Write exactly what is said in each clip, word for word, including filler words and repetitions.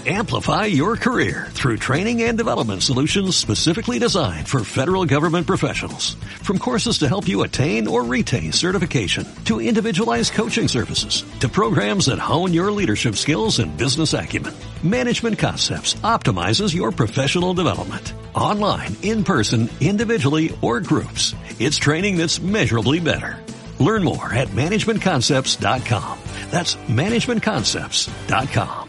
Amplify your career through training and development solutions specifically designed for federal government professionals. From courses to help you attain or retain certification, to individualized coaching services, to programs that hone your leadership skills and business acumen, Management Concepts optimizes your professional development. Online, in person, individually, or groups, it's training that's measurably better. Learn more at management concepts dot com. That's management concepts dot com.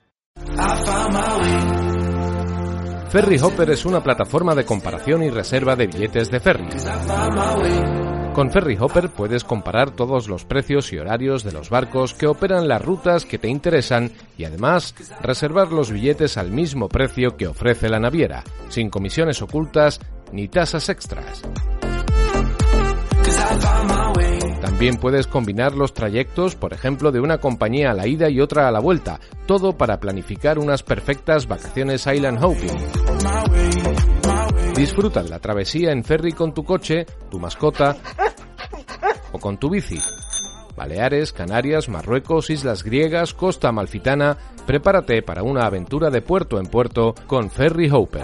Ferry Hopper es una plataforma de comparación y reserva de billetes de ferry. Con Ferry Hopper puedes comparar todos los precios y horarios de los barcos que operan las rutas que te interesan y además reservar los billetes al mismo precio que ofrece la naviera, sin comisiones ocultas ni tasas extras. También puedes combinar los trayectos, por ejemplo, de una compañía a la ida y otra a la vuelta, todo para planificar unas perfectas vacaciones island hopping. Disfruta de la travesía en ferry con tu coche, tu mascota o con tu bici. Baleares, Canarias, Marruecos, Islas Griegas, Costa Amalfitana, prepárate para una aventura de puerto en puerto con Ferry Hopper.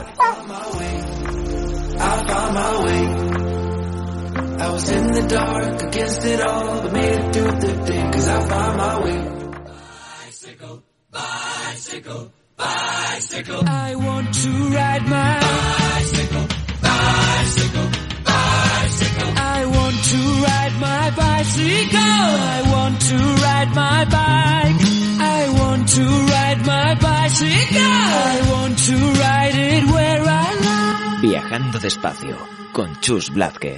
I was in the dark against it all, but made it through the day, cause I found my way. Bicycle, bicycle, bicycle. I want to ride my bicycle, bicycle, bicycle. I want to ride my bicycle. I want to ride my bike. I want to ride my bicycle. I want to ride it where I like. Viajando despacio con Chus Blázquez.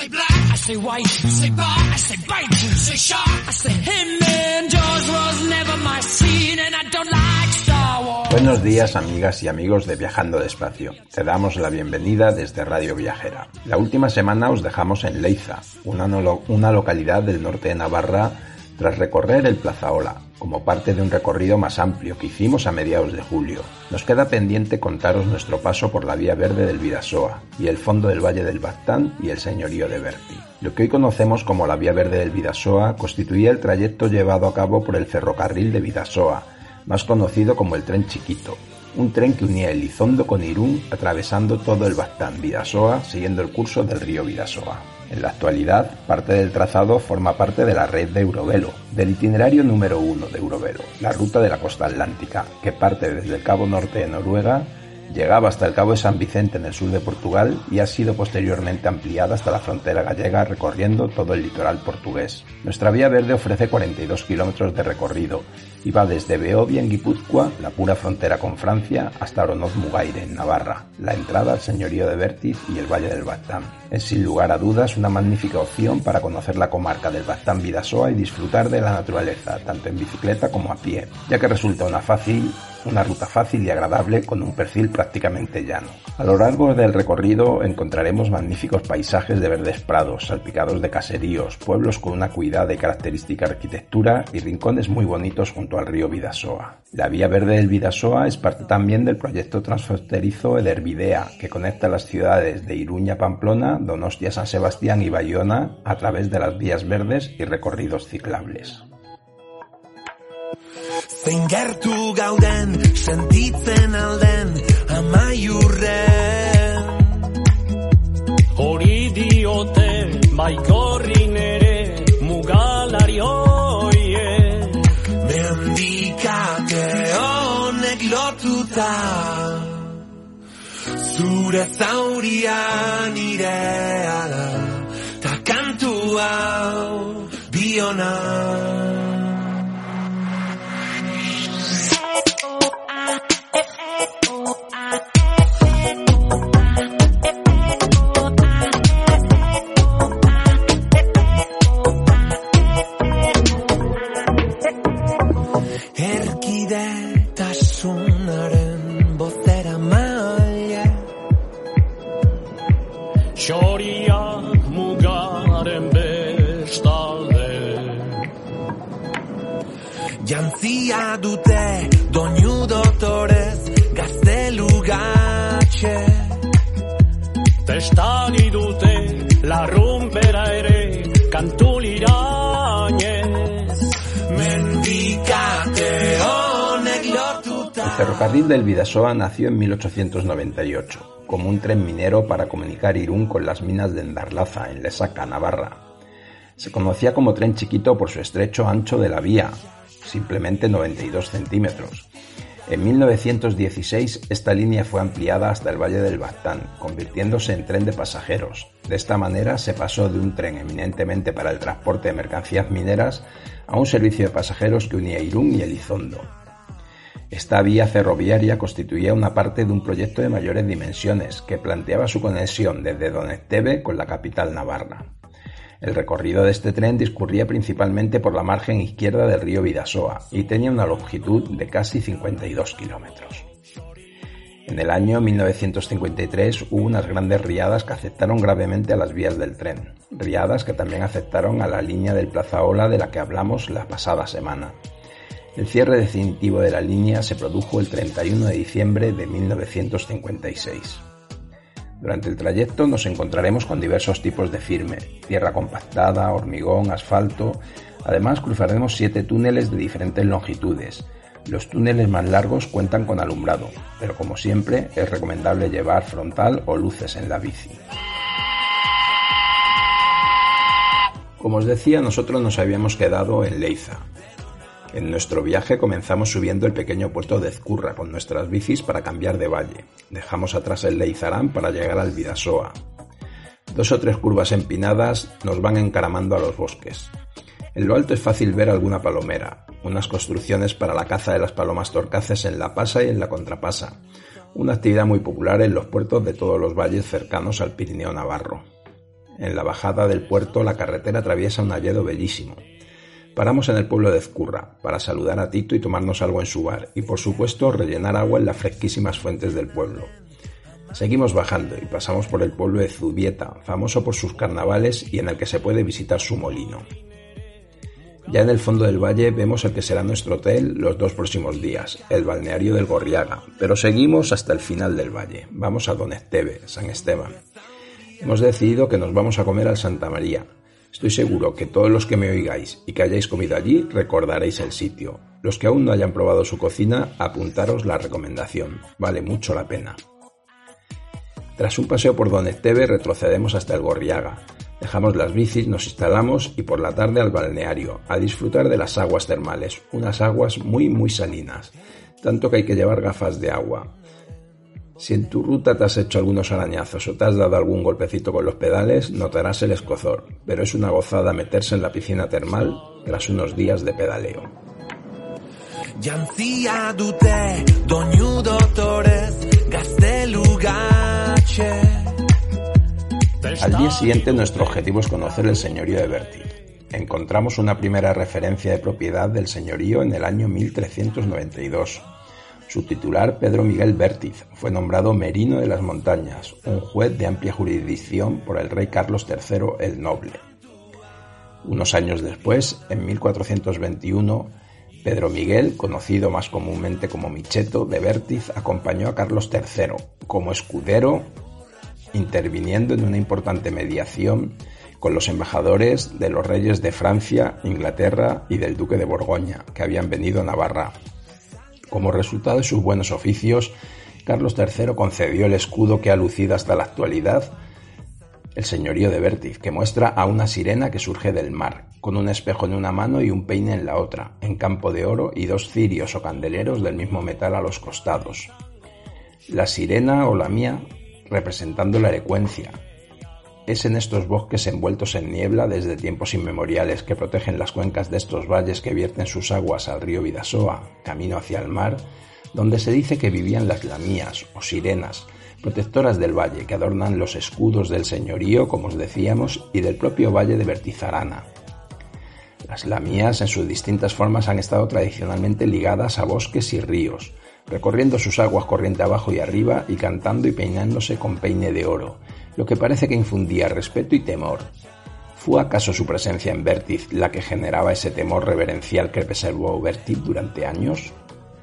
Buenos días, amigas y amigos de Viajando Despacio. Te damos la bienvenida desde Radio Viajera. La última semana os dejamos en Leiza, una, no- una localidad del norte de Navarra, tras recorrer el Plazaola, como parte de un recorrido más amplio que hicimos a mediados de julio. Nos queda pendiente contaros nuestro paso por la Vía Verde del Bidasoa y el fondo del Valle del Baztán y el señorío de Berti. Lo que hoy conocemos como la Vía Verde del Bidasoa constituía el trayecto llevado a cabo por el ferrocarril de Bidasoa, más conocido como el Tren Chiquito, un tren que unía Elizondo con Irún atravesando todo el Baztán Bidasoa siguiendo el curso del río Bidasoa. En la actualidad, parte del trazado forma parte de la red de Eurovelo, del itinerario número uno de Eurovelo, la ruta de la costa atlántica, que parte desde el Cabo Norte de Noruega, llegaba hasta el Cabo de San Vicente en el sur de Portugal y ha sido posteriormente ampliada hasta la frontera gallega recorriendo todo el litoral portugués. Nuestra Vía Verde ofrece cuarenta y dos kilómetros de recorrido y va desde Beovia en Guipúzcoa, la pura frontera con Francia, hasta Oronoz-Mugaire en Navarra, la entrada al señorío de Bertiz y el Valle del Baztán. Es sin lugar a dudas una magnífica opción para conocer la comarca del Baztán Bidasoa y disfrutar de la naturaleza, tanto en bicicleta como a pie, ya que resulta una fácil Una ruta fácil y agradable con un perfil prácticamente llano. A lo largo del recorrido encontraremos magníficos paisajes de verdes prados, salpicados de caseríos, pueblos con una cuidada y característica arquitectura y rincones muy bonitos junto al río Bidasoa. La Vía Verde del Bidasoa es parte también del proyecto transfronterizo Ederbidea, que conecta las ciudades de Iruña, Pamplona, Donostia, San Sebastián y Bayona a través de las vías verdes y recorridos ciclables. Zein gertu gauden, sentitzen alden, amaiurren. Hori diote, baikorrin ere, mugalari hoiek. Mendikate honek lotuta, zure zaurian irea da, ta kantu hau biona. Erkidetasunaren bozera maile, Xoriak mugaren bestalde, jantzia dute doinu dotorez gaztelu gatxe. Testali dute larrumpera ere kantu lirainez. Mendikate honek lotuta, El ferrocarril del Bidasoa nació en mil ochocientos noventa y ocho, como un tren minero para comunicar Irún con las minas de Endarlaza, en Lesaca, Navarra. Se conocía como tren chiquito por su estrecho ancho de la vía, simplemente noventa y dos centímetros. En mil novecientos dieciséis esta línea fue ampliada hasta el Valle del Baztán, convirtiéndose en tren de pasajeros. De esta manera se pasó de un tren eminentemente para el transporte de mercancías mineras a un servicio de pasajeros que unía Irún y Elizondo. Esta vía ferroviaria constituía una parte de un proyecto de mayores dimensiones que planteaba su conexión desde Donesteve con la capital navarra. El recorrido de este tren discurría principalmente por la margen izquierda del río Bidasoa y tenía una longitud de casi cincuenta y dos kilómetros. En el año mil novecientos cincuenta y tres hubo unas grandes riadas que afectaron gravemente a las vías del tren, riadas que también afectaron a la línea del Plazaola de la que hablamos la pasada semana. El cierre definitivo de la línea se produjo el treinta y uno de diciembre de mil novecientos cincuenta y seis. Durante el trayecto nos encontraremos con diversos tipos de firme, tierra compactada, hormigón, asfalto. Además cruzaremos siete túneles de diferentes longitudes. Los túneles más largos cuentan con alumbrado, pero como siempre es recomendable llevar frontal o luces en la bici. Como os decía, nosotros nos habíamos quedado en Leiza. En nuestro viaje comenzamos subiendo el pequeño puerto de Ezcurra con nuestras bicis para cambiar de valle. Dejamos atrás el Leizarán para llegar al Bidasoa. Dos o tres curvas empinadas nos van encaramando a los bosques. En lo alto es fácil ver alguna palomera, unas construcciones para la caza de las palomas torcaces en la pasa y en la contrapasa, una actividad muy popular en los puertos de todos los valles cercanos al Pirineo navarro. En la bajada del puerto la carretera atraviesa un hayedo bellísimo. Paramos en el pueblo de Ezcurra para saludar a Tito y tomarnos algo en su bar y, por supuesto, rellenar agua en las fresquísimas fuentes del pueblo. Seguimos bajando y pasamos por el pueblo de Zubieta, famoso por sus carnavales y en el que se puede visitar su molino. Ya en el fondo del valle vemos el que será nuestro hotel los dos próximos días, el balneario del Gorriaga, pero seguimos hasta el final del valle. Vamos a Donesteve, San Esteban. Hemos decidido que nos vamos a comer al Santa María. Estoy seguro que todos los que me oigáis y que hayáis comido allí recordaréis el sitio. Los que aún no hayan probado su cocina, apuntaros la recomendación. Vale mucho la pena. Tras un paseo por Donesteve retrocedemos hasta el Gorriaga. Dejamos las bicis, nos instalamos y por la tarde al balneario, a disfrutar de las aguas termales, unas aguas muy muy salinas, tanto que hay que llevar gafas de agua. Si en tu ruta te has hecho algunos arañazos o te has dado algún golpecito con los pedales, notarás el escozor, pero es una gozada meterse en la piscina termal tras unos días de pedaleo. Al día siguiente nuestro objetivo es conocer el señorío de Bertiz. Encontramos una primera referencia de propiedad del señorío en el año mil trescientos noventa y dos. Su titular, Pedro Miguel Bertiz, fue nombrado Merino de las Montañas, un juez de amplia jurisdicción por el rey Carlos tercero el Noble. Unos años después, en mil cuatrocientos veintiuno, Pedro Miguel, conocido más comúnmente como Micheto de Bertiz, acompañó a Carlos tercero como escudero, interviniendo en una importante mediación con los embajadores de los reyes de Francia, Inglaterra y del duque de Borgoña, que habían venido a Navarra. Como resultado de sus buenos oficios, Carlos tercero concedió el escudo que ha lucido hasta la actualidad el señorío de Bertiz, que muestra a una sirena que surge del mar, con un espejo en una mano y un peine en la otra, en campo de oro y dos cirios o candeleros del mismo metal a los costados. La sirena o la mía, representando la elocuencia. Es en estos bosques envueltos en niebla desde tiempos inmemoriales que protegen las cuencas de estos valles que vierten sus aguas al río Bidasoa, camino hacia el mar, donde se dice que vivían las lamías o sirenas, protectoras del valle que adornan los escudos del señorío, como os decíamos, y del propio valle de Bertizarana. Las lamías en sus distintas formas han estado tradicionalmente ligadas a bosques y ríos, recorriendo sus aguas corriente abajo y arriba y cantando y peinándose con peine de oro, lo que parece que infundía respeto y temor. ¿Fue acaso su presencia en Bertiz la que generaba ese temor reverencial que preservó Bertiz durante años?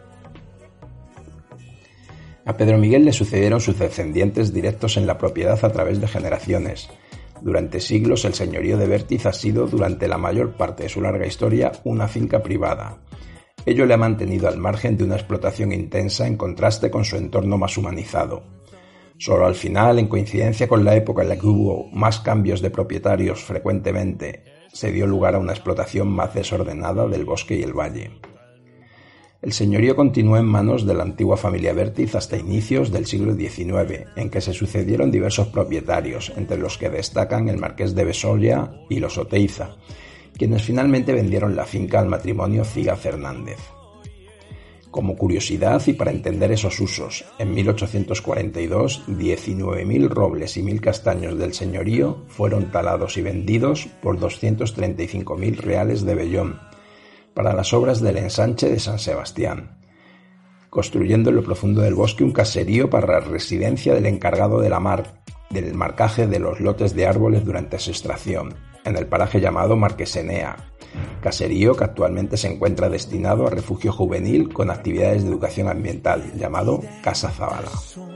A Pedro Miguel le sucedieron sus descendientes directos en la propiedad a través de generaciones. Durante siglos el señorío de Bertiz ha sido, durante la mayor parte de su larga historia, una finca privada. Ello le ha mantenido al margen de una explotación intensa en contraste con su entorno más humanizado. Solo al final, en coincidencia con la época en la que hubo más cambios de propietarios frecuentemente, se dio lugar a una explotación más desordenada del bosque y el valle. El señorío continuó en manos de la antigua familia Bertiz hasta inicios del siglo diecinueve, en que se sucedieron diversos propietarios, entre los que destacan el marqués de Besolla y los Oteiza, quienes finalmente vendieron la finca al matrimonio Ciga-Fernández. Como curiosidad y para entender esos usos, en mil ochocientos cuarenta y dos, diecinueve mil robles y mil castaños del señorío fueron talados y vendidos por doscientos treinta y cinco mil reales de vellón, para las obras del ensanche de San Sebastián, construyendo en lo profundo del bosque un caserío para la residencia del encargado de la mar, del marcaje de los lotes de árboles durante su extracción, en el paraje llamado Marquesenea, caserío que actualmente se encuentra destinado a refugio juvenil con actividades de educación ambiental, llamado Casa Zabala.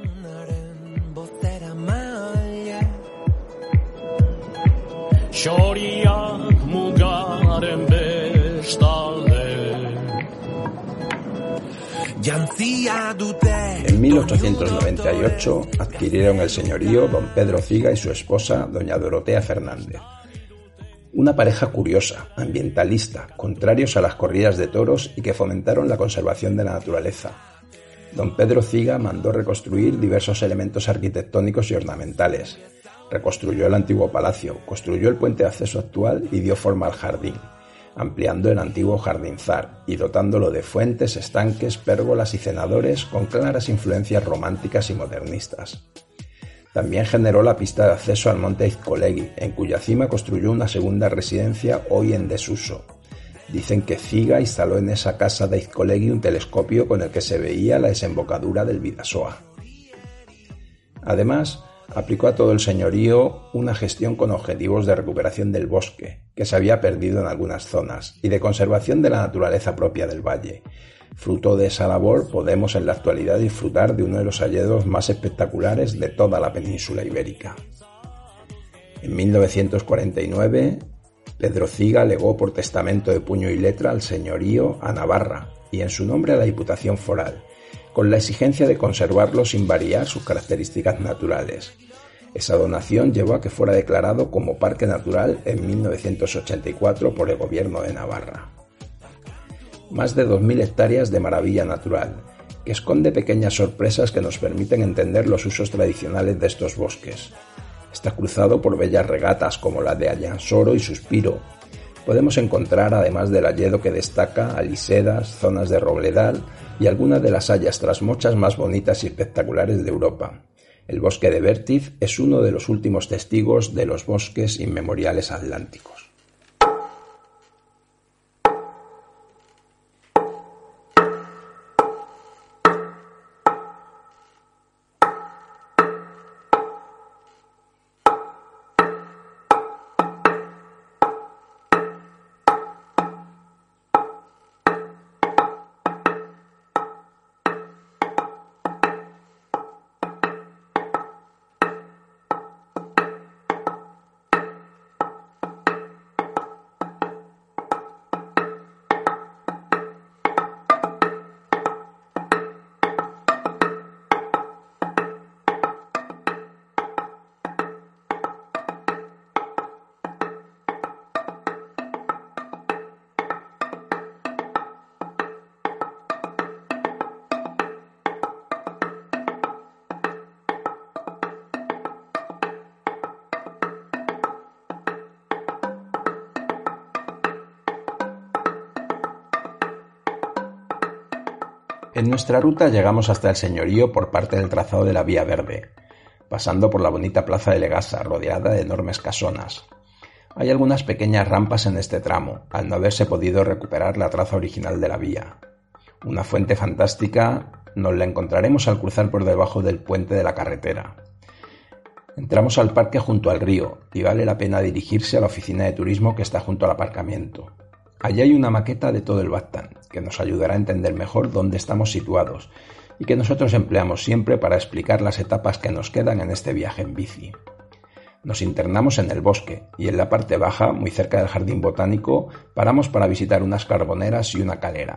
En mil ochocientos noventa y ocho adquirieron el señorío don Pedro Ciga y su esposa doña Dorotea Fernández. Una pareja curiosa, ambientalista, contrarios a las corridas de toros y que fomentaron la conservación de la naturaleza. Don Pedro Ciga mandó reconstruir diversos elementos arquitectónicos y ornamentales. Reconstruyó el antiguo palacio, construyó el puente de acceso actual y dio forma al jardín, ampliando el antiguo jardinzar y dotándolo de fuentes, estanques, pérgolas y cenadores con claras influencias románticas y modernistas. También generó la pista de acceso al monte Izcolegui, en cuya cima construyó una segunda residencia hoy en desuso. Dicen que Ciga instaló en esa casa de Izcolegui un telescopio con el que se veía la desembocadura del Bidasoa. Además, aplicó a todo el señorío una gestión con objetivos de recuperación del bosque, que se había perdido en algunas zonas, y de conservación de la naturaleza propia del valle. Fruto de esa labor podemos en la actualidad disfrutar de uno de los hallazgos más espectaculares de toda la península ibérica. En mil novecientos cuarenta y nueve, Pedro Ciga legó por testamento de puño y letra al señorío a Navarra y en su nombre a la Diputación Foral, con la exigencia de conservarlo sin variar sus características naturales. Esa donación llevó a que fuera declarado como parque natural en mil novecientos ochenta y cuatro por el gobierno de Navarra. Más de dos mil hectáreas de maravilla natural, que esconde pequeñas sorpresas que nos permiten entender los usos tradicionales de estos bosques. Está cruzado por bellas regatas como la de Allansoro y Suspiro. Podemos encontrar, además del hayedo que destaca, alisedas, zonas de robledal y algunas de las hayas trasmochas más bonitas y espectaculares de Europa. El bosque de Bertiz es uno de los últimos testigos de los bosques inmemoriales atlánticos. En nuestra ruta llegamos hasta el señorío por parte del trazado de la Vía Verde, pasando por la bonita plaza de Legasa, rodeada de enormes casonas. Hay algunas pequeñas rampas en este tramo, al no haberse podido recuperar la traza original de la vía. Una fuente fantástica nos la encontraremos al cruzar por debajo del puente de la carretera. Entramos al parque junto al río y vale la pena dirigirse a la oficina de turismo que está junto al aparcamiento. Allí hay una maqueta de todo el Baztán, que nos ayudará a entender mejor dónde estamos situados y que nosotros empleamos siempre para explicar las etapas que nos quedan en este viaje en bici. Nos internamos en el bosque y en la parte baja, muy cerca del jardín botánico, paramos para visitar unas carboneras y una calera,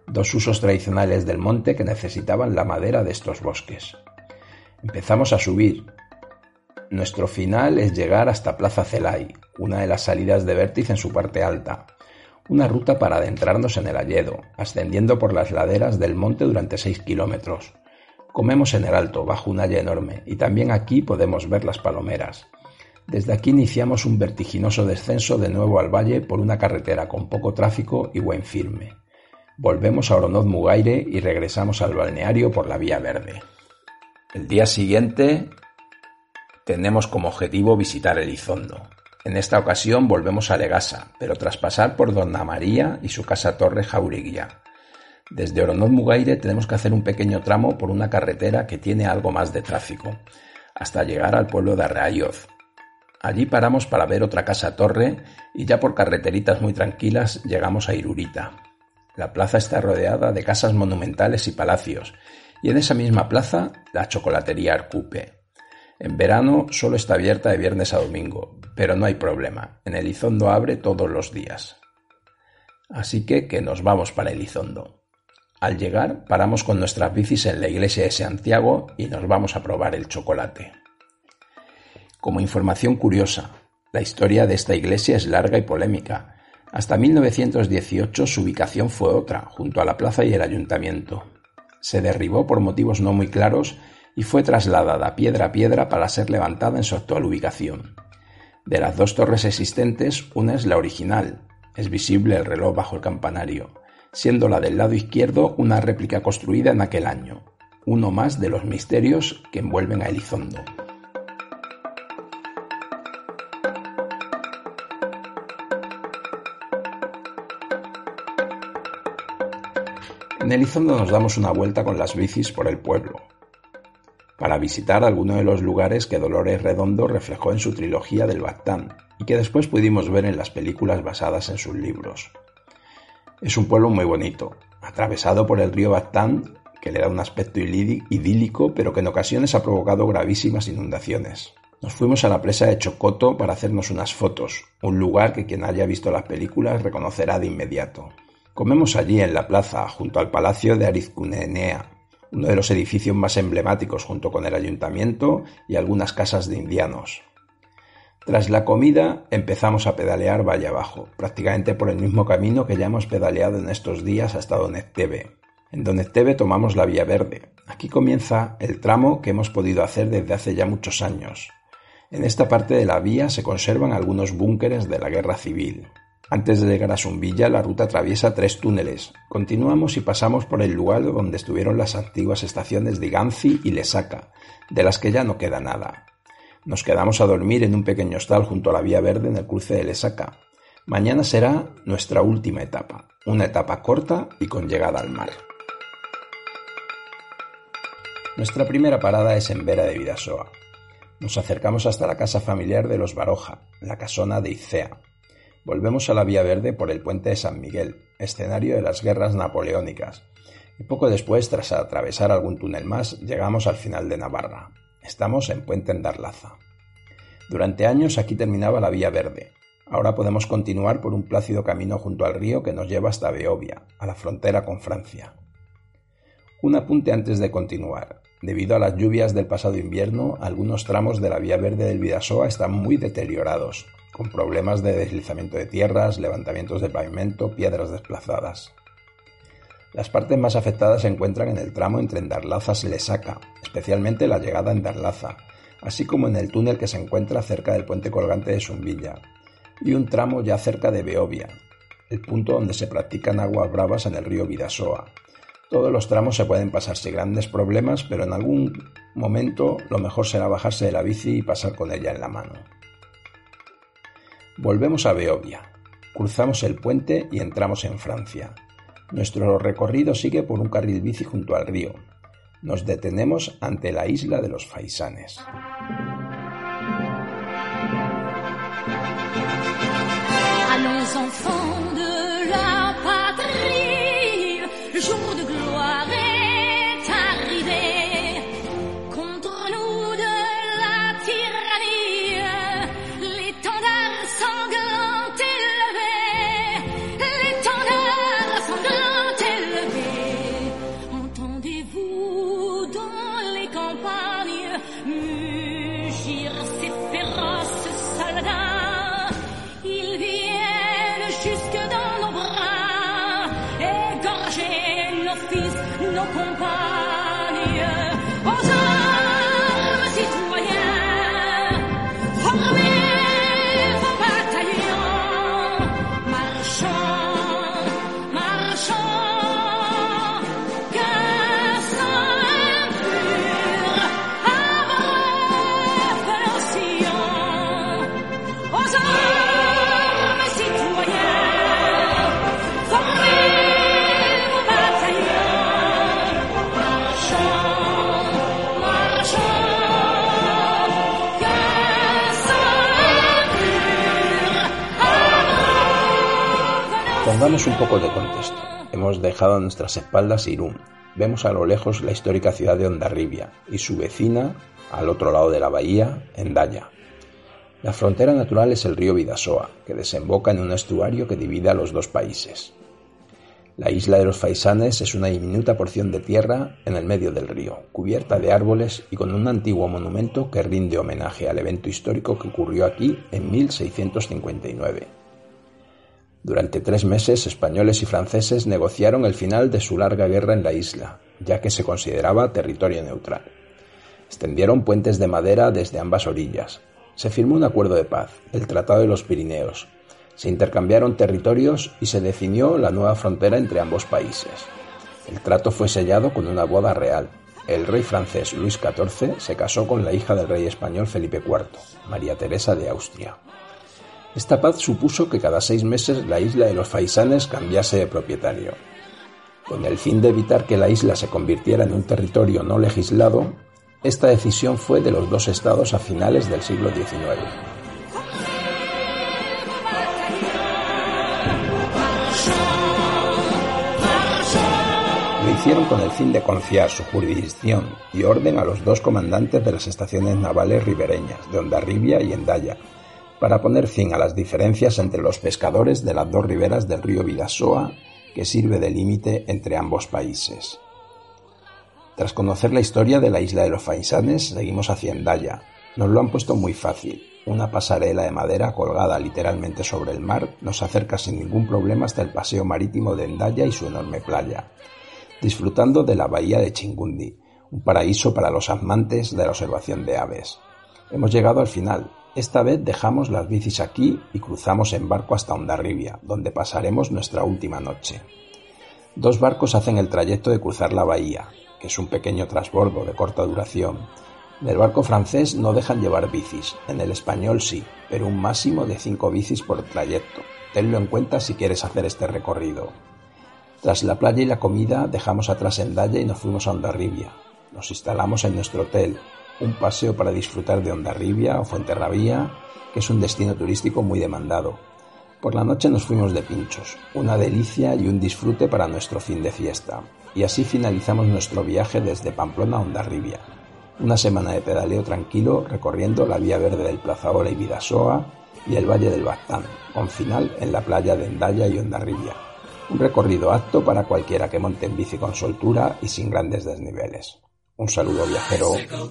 dos usos tradicionales del monte que necesitaban la madera de estos bosques. Empezamos a subir. Nuestro final es llegar hasta Plaza Celay, una de las salidas de Vértiz en su parte alta, una ruta para adentrarnos en el Alledo, ascendiendo por las laderas del monte durante seis kilómetros. Comemos en el alto, bajo un halle enorme, y también aquí podemos ver las palomeras. Desde aquí iniciamos un vertiginoso descenso de nuevo al valle por una carretera con poco tráfico y buen firme. Volvemos a Oronoz-Mugaire y regresamos al balneario por la Vía Verde. El día siguiente tenemos como objetivo visitar Elizondo. En esta ocasión volvemos a Legasa, pero tras pasar por Donna María y su casa Torre Jaureguía. Desde Oronoz-Mugaire tenemos que hacer un pequeño tramo por una carretera que tiene algo más de tráfico, hasta llegar al pueblo de Arraioz. Allí paramos para ver otra casa torre y ya por carreteritas muy tranquilas llegamos a Irurita. La plaza está rodeada de casas monumentales y palacios, y en esa misma plaza la chocolatería Arcupe. En verano solo está abierta de viernes a domingo, pero no hay problema, en Elizondo abre todos los días. Así que que nos vamos para Elizondo. Al llegar paramos con nuestras bicis en la iglesia de Santiago y nos vamos a probar el chocolate. Como información curiosa, la historia de esta iglesia es larga y polémica. Hasta mil novecientos dieciocho su ubicación fue otra, junto a la plaza y el ayuntamiento. Se derribó por motivos no muy claros y fue trasladada piedra a piedra para ser levantada en su actual ubicación. De las dos torres existentes, una es la original. Es visible el reloj bajo el campanario, siendo la del lado izquierdo una réplica construida en aquel año, uno más de los misterios que envuelven a Elizondo. En Elizondo nos damos una vuelta con las bicis por el pueblo, para visitar algunos de los lugares que Dolores Redondo reflejó en su trilogía del Baztán y que después pudimos ver en las películas basadas en sus libros. Es un pueblo muy bonito, atravesado por el río Baztán, que le da un aspecto idílico, pero que en ocasiones ha provocado gravísimas inundaciones. Nos fuimos a la presa de Chocoto para hacernos unas fotos, un lugar que quien haya visto las películas reconocerá de inmediato. Comemos allí en la plaza, junto al Palacio de Arizcunenea, uno de los edificios más emblemáticos junto con el ayuntamiento y algunas casas de indianos. Tras la comida empezamos a pedalear valle abajo, prácticamente por el mismo camino que ya hemos pedaleado en estos días hasta Donesteve. En Donesteve tomamos la Vía Verde. Aquí comienza el tramo que hemos podido hacer desde hace ya muchos años. En esta parte de la vía se conservan algunos búnkeres de la Guerra Civil. Antes de llegar a Zumbilla, la ruta atraviesa tres túneles. Continuamos y pasamos por el lugar donde estuvieron las antiguas estaciones de Iganzi y Lesaca, de las que ya no queda nada. Nos quedamos a dormir en un pequeño hostal junto a la Vía Verde en el cruce de Lesaca. Mañana será nuestra última etapa, una etapa corta y con llegada al mar. Nuestra primera parada es en Vera de Bidasoa. Nos acercamos hasta la casa familiar de los Baroja, la casona de Icea. Volvemos a la Vía Verde por el puente de San Miguel, escenario de las guerras napoleónicas, y poco después, tras atravesar algún túnel más, llegamos al final de Navarra. Estamos en Puente Endarlaza. Durante años aquí terminaba la Vía Verde. Ahora podemos continuar por un plácido camino junto al río que nos lleva hasta Beovia, a la frontera con Francia. Un apunte antes de continuar. Debido a las lluvias del pasado invierno, algunos tramos de la Vía Verde del Bidasoa están muy deteriorados, con problemas de deslizamiento de tierras, levantamientos de pavimento, piedras desplazadas. Las partes más afectadas se encuentran en el tramo entre Endarlaza y Lesaca, especialmente la llegada a Endarlaza, así como en el túnel que se encuentra cerca del puente colgante de Zumbilla, y un tramo ya cerca de Beovia, el punto donde se practican aguas bravas en el río Bidasoa. Todos los tramos se pueden pasar sin grandes problemas, pero en algún momento lo mejor será bajarse de la bici y pasar con ella en la mano. Volvemos a Beovia, cruzamos el puente y entramos en Francia. Nuestro recorrido sigue por un carril bici junto al río. Nos detenemos ante la isla de los Faisanes. Allons enfants de la patrie, le jour de gloire est arrivé. Contre nous de la tyrannie, l'étendard sanglant élevé, l'étendard sanglant élevé. campagne, mugir ces féroces soldats. Ils viennent jusque dans nos bras, égorger nos fils, nos compagnes. Aux armes, citoyens, formez vos bataillons, marchons, marchons, qu'un sang impur abreuve nos sillons. Aux armes, citoyens, formez vos bataillons, marchons, marchons, qu'un sang impur abreuve nos Pongamos un poco de contexto. Hemos dejado a nuestras espaldas Irún. Vemos a lo lejos la histórica ciudad de Hondarribia y su vecina, al otro lado de la bahía, Hendaya. La frontera natural es el río Bidasoa, que desemboca en un estuario que divide a los dos países. La isla de los Faisanes es una diminuta porción de tierra en el medio del río, cubierta de árboles y con un antiguo monumento que rinde homenaje al evento histórico que ocurrió aquí en mil seiscientos cincuenta y nueve. Durante tres meses, españoles y franceses negociaron el final de su larga guerra en la isla, ya que se consideraba territorio neutral. Extendieron puentes de madera desde ambas orillas. Se firmó un acuerdo de paz, el Tratado de los Pirineos. Se intercambiaron territorios y se definió la nueva frontera entre ambos países. El trato fue sellado con una boda real. El rey francés Luis catorce se casó con la hija del rey español Felipe cuarto, María Teresa de Austria. Esta paz supuso que cada seis meses la isla de los Faisanes cambiase de propietario. Con el fin de evitar que la isla se convirtiera en un territorio no legislado, esta decisión fue de los dos estados a finales del siglo diecinueve. Lo hicieron con el fin de confiar su jurisdicción y orden a los dos comandantes de las estaciones navales ribereñas de Hondarribia y Hendaya, para poner fin a las diferencias entre los pescadores de las dos riberas del río Bidasoa, que sirve de límite entre ambos países. Tras conocer la historia de la isla de los Faisanes, seguimos hacia Hendaya. Nos lo han puesto muy fácil. Una pasarela de madera colgada literalmente sobre el mar nos acerca sin ningún problema hasta el paseo marítimo de Hendaya y su enorme playa, disfrutando de la bahía de Chingundi, un paraíso para los amantes de la observación de aves. Hemos llegado al final. Esta vez dejamos las bicis aquí y cruzamos en barco hasta Hondarribia, donde pasaremos nuestra última noche. Dos barcos hacen el trayecto de cruzar la bahía, que es un pequeño transbordo de corta duración. En el barco francés no dejan llevar bicis, en el español sí, pero un máximo de cinco bicis por trayecto. Tenlo en cuenta si quieres hacer este recorrido. Tras la playa y la comida dejamos atrás Hendaya y nos fuimos a Hondarribia. Nos instalamos en nuestro hotel, un paseo para disfrutar de Hondarribia o Fuenterrabía, que es un destino turístico muy demandado. Por la noche nos fuimos de pinchos, una delicia y un disfrute para nuestro fin de fiesta. Y así finalizamos nuestro viaje desde Pamplona a Hondarribia. Una semana de pedaleo tranquilo recorriendo la vía verde del Plazaola y Bidasoa y el Valle del Baztán, con final en la playa de Hendaya y Hondarribia. Un recorrido apto para cualquiera que monte en bici con soltura y sin grandes desniveles. Un saludo viajero.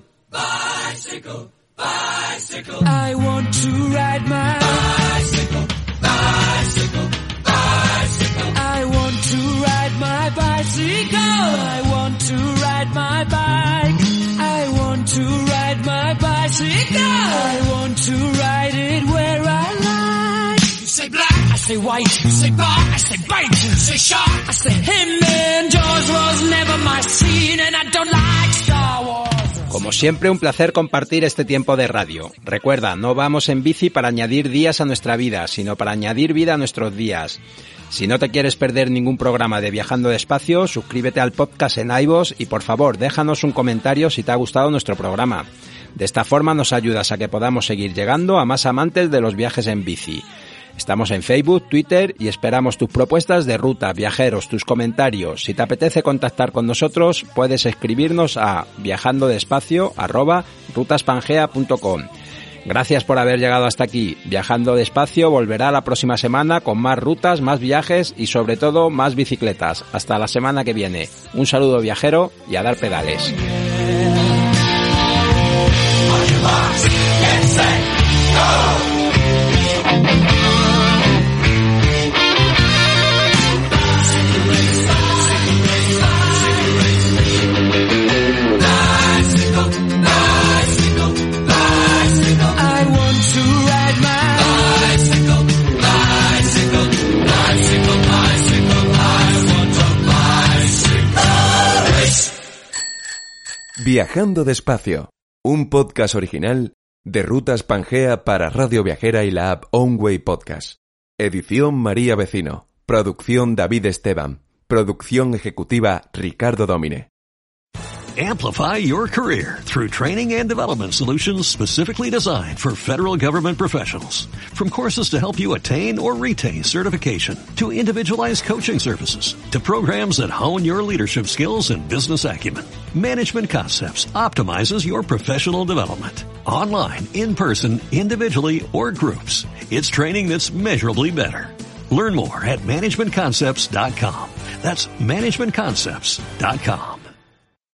Bicycle, bicycle. I want to ride my bicycle, bicycle, bicycle. I want to ride my bicycle. I want to ride my bike. I want to ride my bicycle. I want to ride it where I like. You say black, I say white. You say bar, I say bite. You say shark, I say him. And Jaws was never my scene, and I don't like Star Wars. Como siempre, un placer compartir este tiempo de radio. Recuerda, no vamos en bici para añadir días a nuestra vida, sino para añadir vida a nuestros días. Si no te quieres perder ningún programa de Viajando Despacio, suscríbete al podcast en iVoox y por favor, déjanos un comentario si te ha gustado nuestro programa. De esta forma nos ayudas a que podamos seguir llegando a más amantes de los viajes en bici. Estamos en Facebook, Twitter y esperamos tus propuestas de ruta, viajeros, tus comentarios. Si te apetece contactar con nosotros, puedes escribirnos a viajandodespacio arroba rutaspangea punto com. Gracias por haber llegado hasta aquí. Viajando Despacio volverá la próxima semana con más rutas, más viajes y sobre todo más bicicletas. Hasta la semana que viene. Un saludo viajero y a dar pedales. On your marks, get set, go! Viajando Despacio, un podcast original de Rutas Pangea para Radio Viajera y la app Onway Podcast. Edición María Vecino. Producción David Esteban. Producción ejecutiva Ricardo Domine. Amplify your career through training and development solutions specifically designed for federal government professionals. From courses to help you attain or retain certification, to individualized coaching services, to programs that hone your leadership skills and business acumen, Management Concepts optimizes your professional development. Online, in person, individually, or groups, it's training that's measurably better. Learn more at management concepts dot com. That's management concepts dot com.